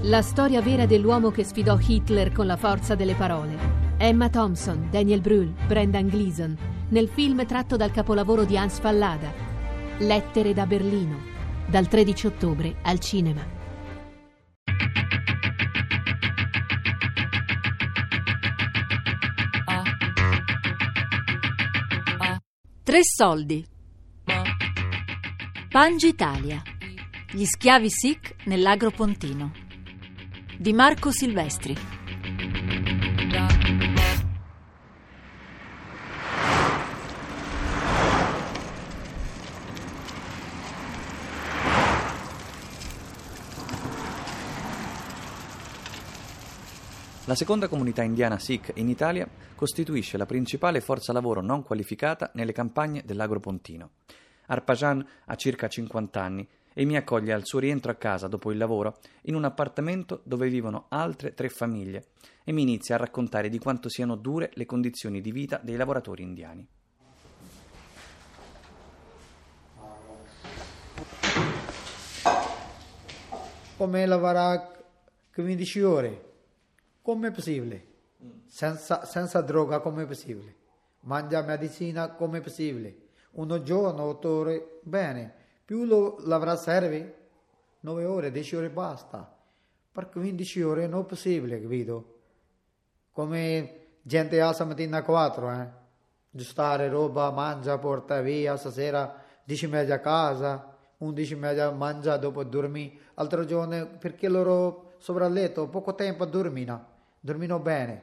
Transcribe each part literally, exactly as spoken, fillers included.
La storia vera dell'uomo che sfidò Hitler con la forza delle parole. Emma Thompson, Daniel Brühl, Brendan Gleeson, nel film tratto dal capolavoro di Hans Fallada, Lettere da Berlino, dal tredici ottobre al cinema. Tre soldi. Pangitalia. Gli schiavi Sikh nell'Agro Pontino di Marco Silvestri. La seconda comunità indiana Sikh in Italia costituisce la principale forza lavoro non qualificata nelle campagne dell'Agro Pontino. Arpajan ha circa cinquanta anni e mi accoglie al suo rientro a casa dopo il lavoro in un appartamento dove vivono altre tre famiglie e mi inizia a raccontare di quanto siano dure le condizioni di vita dei lavoratori indiani. Come lavorare quindici ore? Come è possibile? Senza, senza droga come è possibile? Mangia medicina come è possibile? Uno giorno, otto ore, bene. Più lo lavorare serve? nove ore, dieci ore basta. Per quindici ore non è possibile, capito? Come gente alza mattina a quattro, eh? Giustare roba, mangia, porta via, stasera dieci e mezza a casa, undici e mezza mangia, dopo dormi. Altro giorno, perché loro sopra il letto, poco tempo dormino, dormino bene.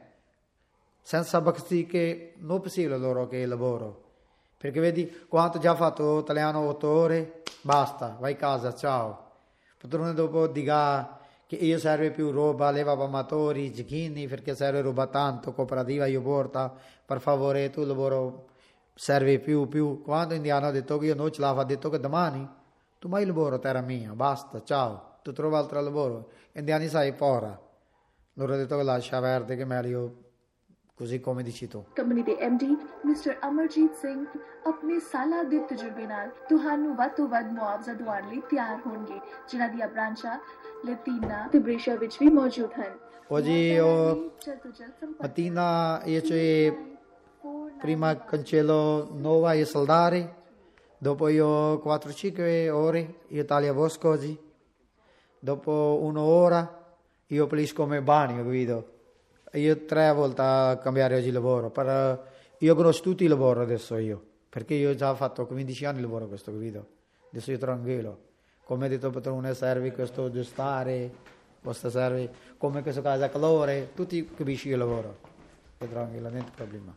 Senza bastiche, non è possibile loro che lavoro. Perché vedi quanto già fatto italiano otto ore, basta, vai a casa, ciao. Patrone dopo dica che io serve più roba, leva amatori, giochini, perché serve roba tanto, cooperativa io porta, per favore tu lavoro serve più, più. Quando indiano ha detto che io non ce l'avevo, ha detto che domani, tu mai lavoro terra mia, basta, ciao, tu trovi altro lavoro. Indiani sai fora. Loro ha detto che lascia verde, che meglio. così come dici tu. ਕੰਪਨੀ ਦੇ ਐਮ ਡੀ ਮਿਸਟਰ ਅਮਰਜੀਤ ਸਿੰਘ ਆਪਣੇ ਸਾਲਾਂ ਦੇ ਤਜਰਬੇ ਨਾਲ ਤੁਹਾਨੂੰ ਵੱਧ ਤੋਂ ਵੱਧ ਮੁਆਵਜ਼ਾ ਦਿਵਾਉਣ ਲਈ ਤਿਆਰ ਹੋਣਗੇ, ਜਿਨ੍ਹਾਂ ਦੀਆਂ ਬ੍ਰਾਂਚਾਂ ਲਤੀਨਾ ਤੇ ਬ੍ਰੇਸ਼ਾ ਵਿੱਚ ਵੀ ਮੌਜੂਦ ਹਨ। Oggi io mattina io c'è prima cancello nuova e saldare, dopo io quattro cinque ore io taglio bosco così, dopo un'ora io pulisco come bagno, capito? Io tre volte a cambiare oggi lavoro, però io conosco tutti i lavori adesso io, perché io ho già fatto quindici anni di lavoro questo, capito? Adesso io tranquillo, come ha detto il padrone serve questo aggiustare, questo serve come questo caso calore, tutti capisci il lavoro, è tranquillo, niente problema.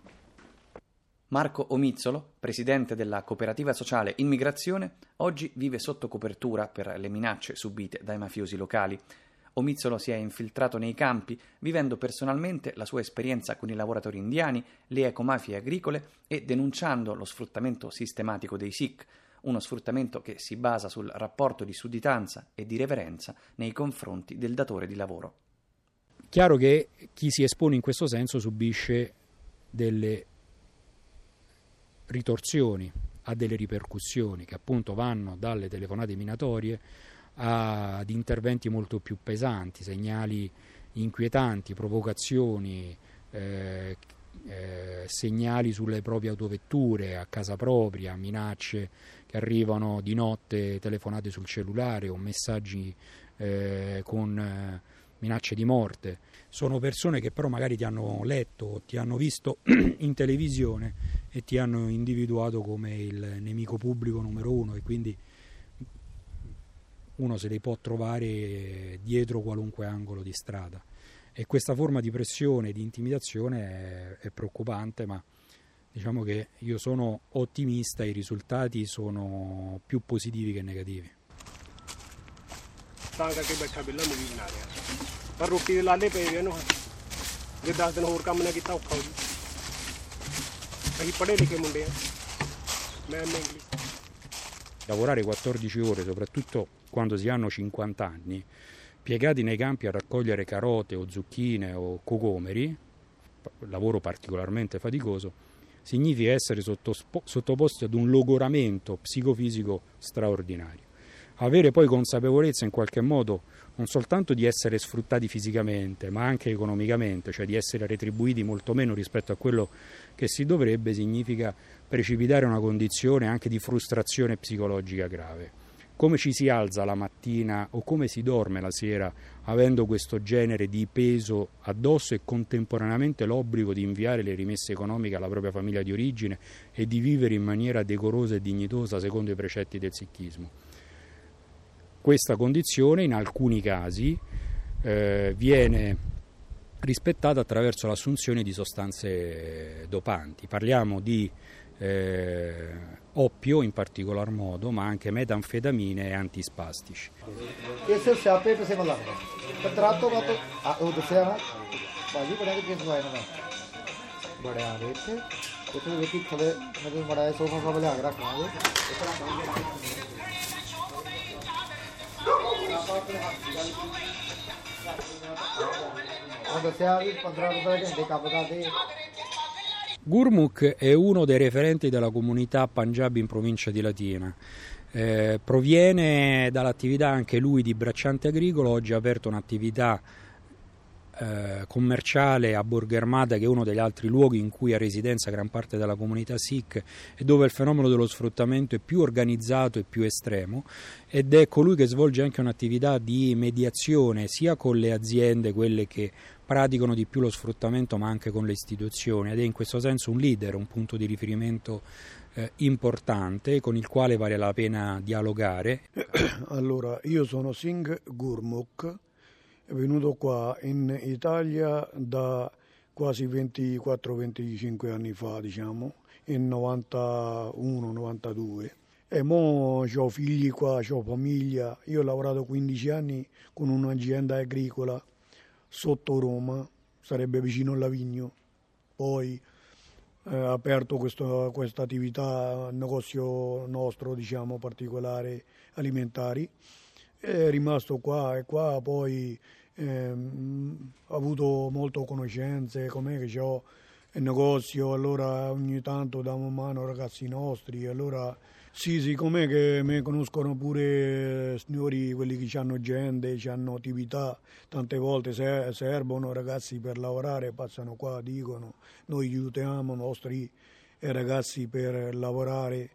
Marco Omizzolo, presidente della cooperativa sociale Immigrazione, oggi vive sotto copertura per le minacce subite dai mafiosi locali. Omizzolo si è infiltrato nei campi, vivendo personalmente la sua esperienza con i lavoratori indiani, le ecomafie agricole e denunciando lo sfruttamento sistematico dei Sikh, uno sfruttamento che si basa sul rapporto di sudditanza e di reverenza nei confronti del datore di lavoro. Chiaro che chi si espone in questo senso subisce delle ritorsioni, ha delle ripercussioni che appunto vanno dalle telefonate minatorie ad interventi molto più pesanti, segnali inquietanti, provocazioni, eh, eh, segnali sulle proprie autovetture, a casa propria, minacce che arrivano di notte, telefonate sul cellulare o messaggi eh, con eh, minacce di morte. Sono persone che però magari ti hanno letto, ti hanno visto in televisione e ti hanno individuato come il nemico pubblico numero uno, e quindi uno se li può trovare dietro qualunque angolo di strada, e questa forma di pressione e di intimidazione è, è preoccupante, ma diciamo che io sono ottimista, i risultati sono più positivi che negativi. ਤਾਂ ਕਰਕੇ ਬੈਠਾ ਬਿੱਲਾ ਮੂਵੀ ਬਣਾ ਰਿਹਾ, ਪਰ ਰੋਟੀ ਦੇ ਲਾਲੇ ਪਏ ਵੇ ਇਹਨੂੰ, ਜੇ ਦਸ ਦਿਨ ਹੋਰ ਕੰਮ ਨਾ ਕੀਤਾ ਔਖਾ ਹੋ ਜੂ। ਅਸੀਂ ਪੜ੍ਹੇ ਲਿਖੇ ਮੁੰਡੇ ਆ, ਮੈਂ ਇੰਗਲਿਸ਼। Lavorare quattordici ore, soprattutto quando si hanno cinquanta anni, piegati nei campi a raccogliere carote o zucchine o cocomeri, lavoro particolarmente faticoso, significa essere sottospo- sottoposti ad un logoramento psicofisico straordinario. avere poi consapevolezza in qualche modo non soltanto di essere sfruttati fisicamente, ma anche economicamente, cioè di essere retribuiti molto meno rispetto a quello che si dovrebbe, significa precipitare una condizione anche di frustrazione psicologica grave. Come ci si alza la mattina o come si dorme la sera avendo questo genere di peso addosso e contemporaneamente l'obbligo di inviare le rimesse economiche alla propria famiglia di origine e di vivere in maniera decorosa e dignitosa secondo i precetti del sikhismo. Questa condizione in alcuni casi eh, viene rispettata attraverso l'assunzione di sostanze dopanti. Parliamo di eh, oppio in particolar modo, ma anche metanfetamine e antispastici. Gurmukh è uno dei referenti della comunità Punjabi in provincia di Latina. Eh, proviene dall'attività anche lui di bracciante agricolo, oggi ha aperto un'attività eh, commerciale a Borgo Armada, che è uno degli altri luoghi in cui ha residenza gran parte della comunità Sikh e dove il fenomeno dello sfruttamento è più organizzato e più estremo, ed è colui che svolge anche un'attività di mediazione sia con le aziende, quelle che praticano di più lo sfruttamento, ma anche con le istituzioni, ed è in questo senso un leader, un punto di riferimento eh, importante con il quale vale la pena dialogare. Allora, io sono Singh Gurmukh, è venuto qua in Italia da quasi ventiquattro venticinque anni fa, diciamo, in novantuno novantadue. E mo ho figli qua, ho famiglia, io ho lavorato quindici anni con un'azienda agricola sotto Roma, sarebbe vicino a Lavigno, poi eh, ha aperto questa attività, un negozio nostro, diciamo, particolare, alimentari, è rimasto qua e qua poi ehm, ha avuto molte conoscenze, com'è che ho il negozio, allora ogni tanto diamo mano ai ragazzi nostri, allora sì, siccome che mi conoscono pure signori, quelli che hanno gente, hanno attività, tante volte se servono ragazzi per lavorare, passano qua, dicono, noi aiutiamo i nostri ragazzi per lavorare.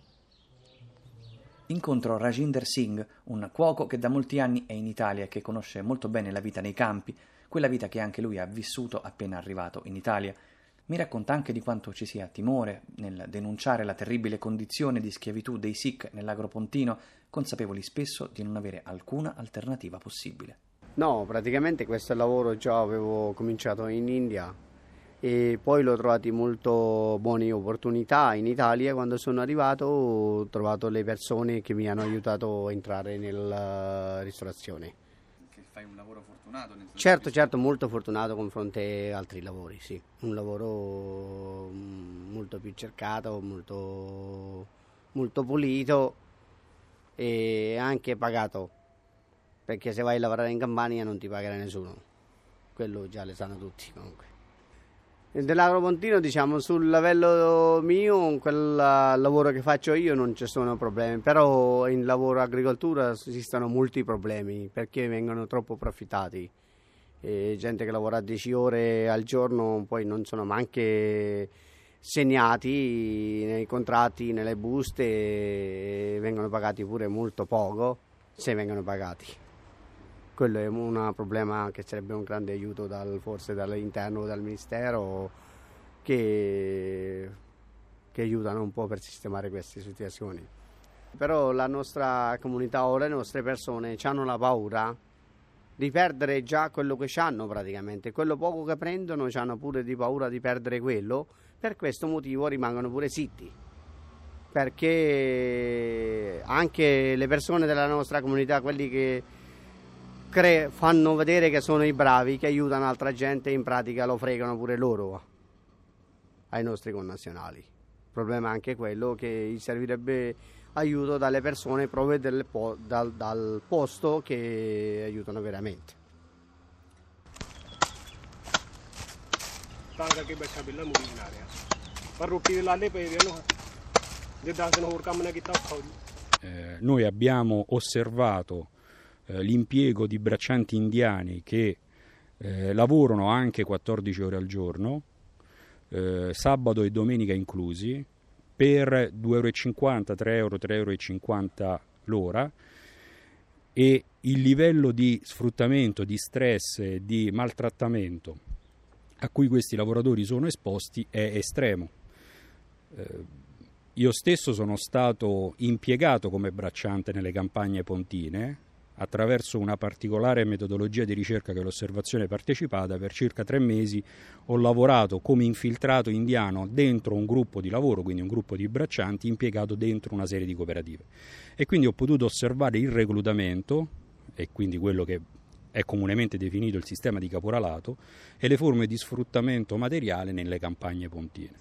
Incontro Rajinder Singh, un cuoco che da molti anni è in Italia e che conosce molto bene la vita nei campi, quella vita che anche lui ha vissuto appena arrivato in Italia. Mi racconta anche di quanto ci sia timore nel denunciare la terribile condizione di schiavitù dei Sikh nell'Agropontino, consapevoli spesso di non avere alcuna alternativa possibile. No, praticamente questo lavoro già avevo cominciato in India e poi l'ho trovato molto buone opportunità in Italia. Quando sono arrivato ho trovato le persone che mi hanno aiutato a entrare nella ristorazione. Che fai un lavoro fortunato? Nel Certo, certo, molto fortunato confronto a altri lavori, sì. Un lavoro molto più cercato, molto, molto pulito e anche pagato, perché se vai a lavorare in Campania non ti pagherà nessuno, quello già le sanno tutti comunque. Dell'Agropontino, diciamo, sul livello mio, quel lavoro che faccio io non ci sono problemi, però in lavoro agricoltura esistono molti problemi perché vengono troppo profittati. E gente che lavora dieci ore al giorno poi non sono neanche segnati nei contratti, nelle buste, e vengono pagati pure molto poco se vengono pagati. Quello è un problema che sarebbe un grande aiuto dal, forse dall'interno, dal Ministero, che, che aiutano un po' per sistemare queste situazioni. Però la nostra comunità o le nostre persone hanno la paura di perdere già quello che hanno praticamente. Quello poco che prendono hanno pure di paura di perdere quello, per questo motivo rimangono pure zitti. Perché anche le persone della nostra comunità, quelli che Cre- fanno vedere che sono i bravi, che aiutano altra gente, in pratica lo fregano pure loro ai nostri connazionali. Il problema è anche quello che gli servirebbe aiuto dalle persone proprio del po- dal, dal posto che aiutano veramente. ਤਾਂ ਕਰਕੇ ਬੈਠਾ ਬਿੱਲਾ ਮੂਵੀ ਬਣਾ ਰਿਹਾ ਪਰ ਰੋਟੀ ਦੇ ਲਾਲੇ ਪਏ ਵੇ ਉਹਨੂੰ ਜੇ ਦਸ ਦਿਨ ਹੋਰ ਕੰਮ ਨਾ ਕੀਤਾ ਔਖਾ ਹੋ ਜੂ। eh, noi abbiamo osservato eh, l'impiego di braccianti indiani che eh, lavorano anche quattordici ore al giorno, eh, sabato e domenica inclusi, per due euro e cinquanta, tre euro, tre euro e cinquanta l'ora, e il livello di sfruttamento, di stress e di maltrattamento a cui questi lavoratori sono esposti è estremo. Eh, io stesso sono stato impiegato come bracciante nelle campagne pontine attraverso una particolare metodologia di ricerca che è l'osservazione partecipata. Per circa tre mesi ho lavorato come infiltrato indiano dentro un gruppo di lavoro, quindi un gruppo di braccianti impiegato dentro una serie di cooperative, e quindi ho potuto osservare il reclutamento, e quindi quello che è comunemente definito il sistema di caporalato, e le forme di sfruttamento materiale nelle campagne pontine.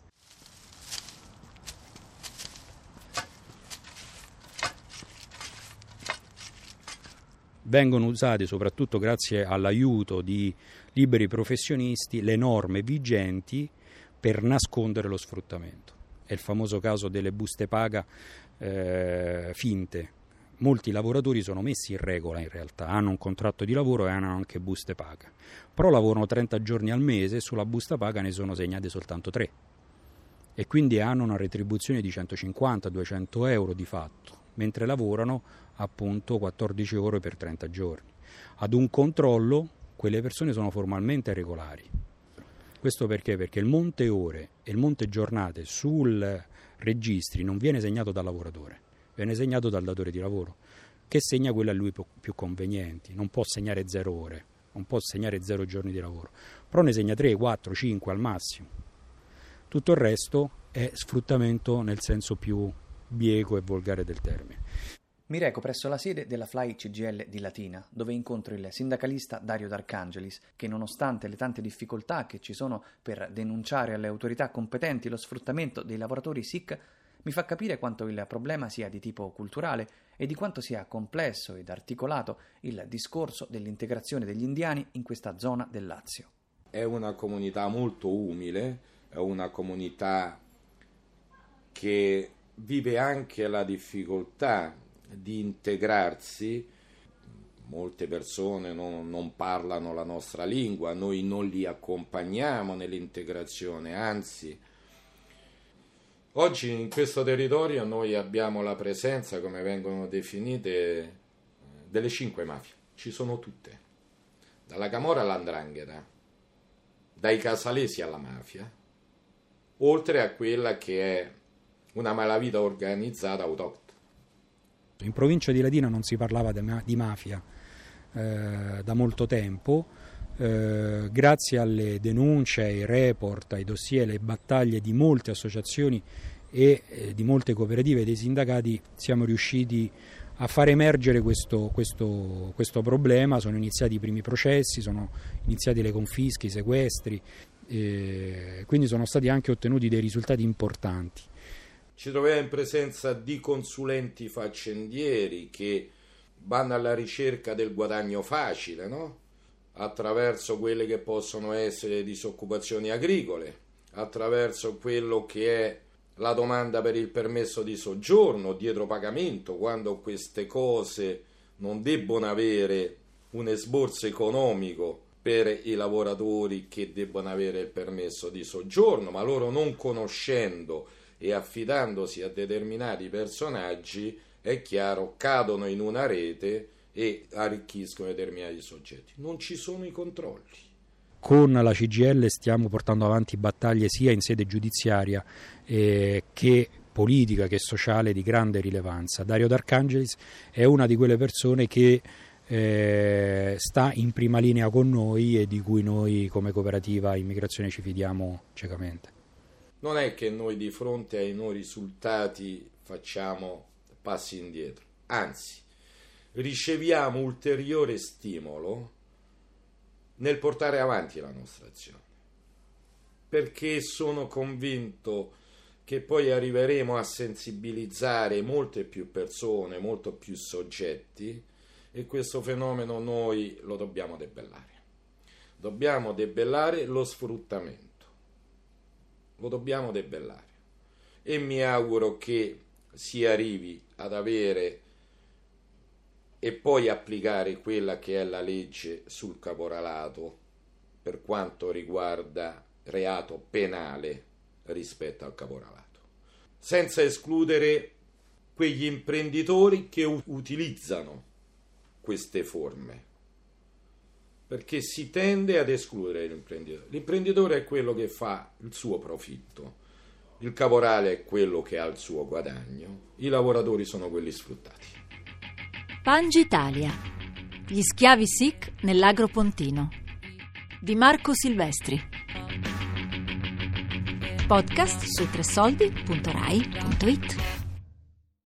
Vengono usate, soprattutto grazie all'aiuto di liberi professionisti, le norme vigenti per nascondere lo sfruttamento. È il famoso caso delle buste paga eh, finte. Molti lavoratori sono messi in regola in realtà, hanno un contratto di lavoro e hanno anche buste paga, però lavorano trenta giorni al mese e sulla busta paga ne sono segnate soltanto tre, e quindi hanno una retribuzione di centocinquanta duecento euro di fatto, mentre lavorano appunto quattordici ore per trenta giorni. Ad un controllo quelle persone sono formalmente regolari. Questo perché? Perché il monte ore e il monte giornate sul registri non viene segnato dal lavoratore, viene segnato dal datore di lavoro, che segna quelle a lui più convenienti. Non può segnare zero ore, non può segnare zero giorni di lavoro, però ne segna tre, quattro, cinque al massimo. Tutto il resto è sfruttamento nel senso più bieco e volgare del termine. Mi reco presso la sede della Fly C G I L di Latina, dove incontro il sindacalista Dario D'Arcangelis, che nonostante le tante difficoltà che ci sono per denunciare alle autorità competenti lo sfruttamento dei lavoratori Sikh, mi fa capire quanto il problema sia di tipo culturale e di quanto sia complesso ed articolato il discorso dell'integrazione degli indiani in questa zona del Lazio. È una comunità molto umile, è una comunità che vive anche la difficoltà di integrarsi. Molte persone non, non parlano la nostra lingua, noi non li accompagniamo nell'integrazione, anzi oggi in questo territorio noi abbiamo la presenza, come vengono definite, delle cinque mafie. Ci sono tutte, dalla camorra all''ndrangheta, dai casalesi alla mafia, oltre a quella che è una malavita organizzata autoctona. In provincia di Latina non si parlava di mafia eh, da molto tempo, eh, grazie alle denunce, ai report, ai dossier, alle battaglie di molte associazioni e eh, di molte cooperative e dei sindacati siamo riusciti a far emergere questo, questo, questo problema. Sono iniziati i primi processi, sono iniziati le confische, i sequestri, eh, quindi sono stati anche ottenuti dei risultati importanti. Ci troviamo in presenza di consulenti faccendieri che vanno alla ricerca del guadagno facile, no? Attraverso quelle che possono essere disoccupazioni agricole, attraverso quello che è la domanda per il permesso di soggiorno dietro pagamento, quando queste cose non debbono avere un esborso economico per i lavoratori che debbono avere il permesso di soggiorno, ma loro, non conoscendo e affidandosi a determinati personaggi, è chiaro, cadono in una rete e arricchiscono determinati soggetti. Non ci sono i controlli. Con la C G I L stiamo portando avanti battaglie sia in sede giudiziaria eh, che politica che sociale di grande rilevanza. Dario D'Arcangelis è una di quelle persone che eh, sta in prima linea con noi e di cui noi come cooperativa immigrazione ci fidiamo ciecamente. Non è che noi di fronte ai nuovi risultati facciamo passi indietro, anzi riceviamo ulteriore stimolo nel portare avanti la nostra azione, perché sono convinto che poi arriveremo a sensibilizzare molte più persone, molto più soggetti, e questo fenomeno noi lo dobbiamo debellare. Dobbiamo debellare lo sfruttamento. Lo dobbiamo debellare, e mi auguro che si arrivi ad avere e poi applicare quella che è la legge sul caporalato per quanto riguarda reato penale rispetto al caporalato, senza escludere quegli imprenditori che u- utilizzano queste forme, perché si tende ad escludere l'imprenditore. L'imprenditore è quello che fa il suo profitto, il caporale è quello che ha il suo guadagno, i lavoratori sono quelli sfruttati. Pangitalia. Gli schiavi Sikh nell'agro pontino di Marco Silvestri. Podcast su tre soldi punto rai punto it.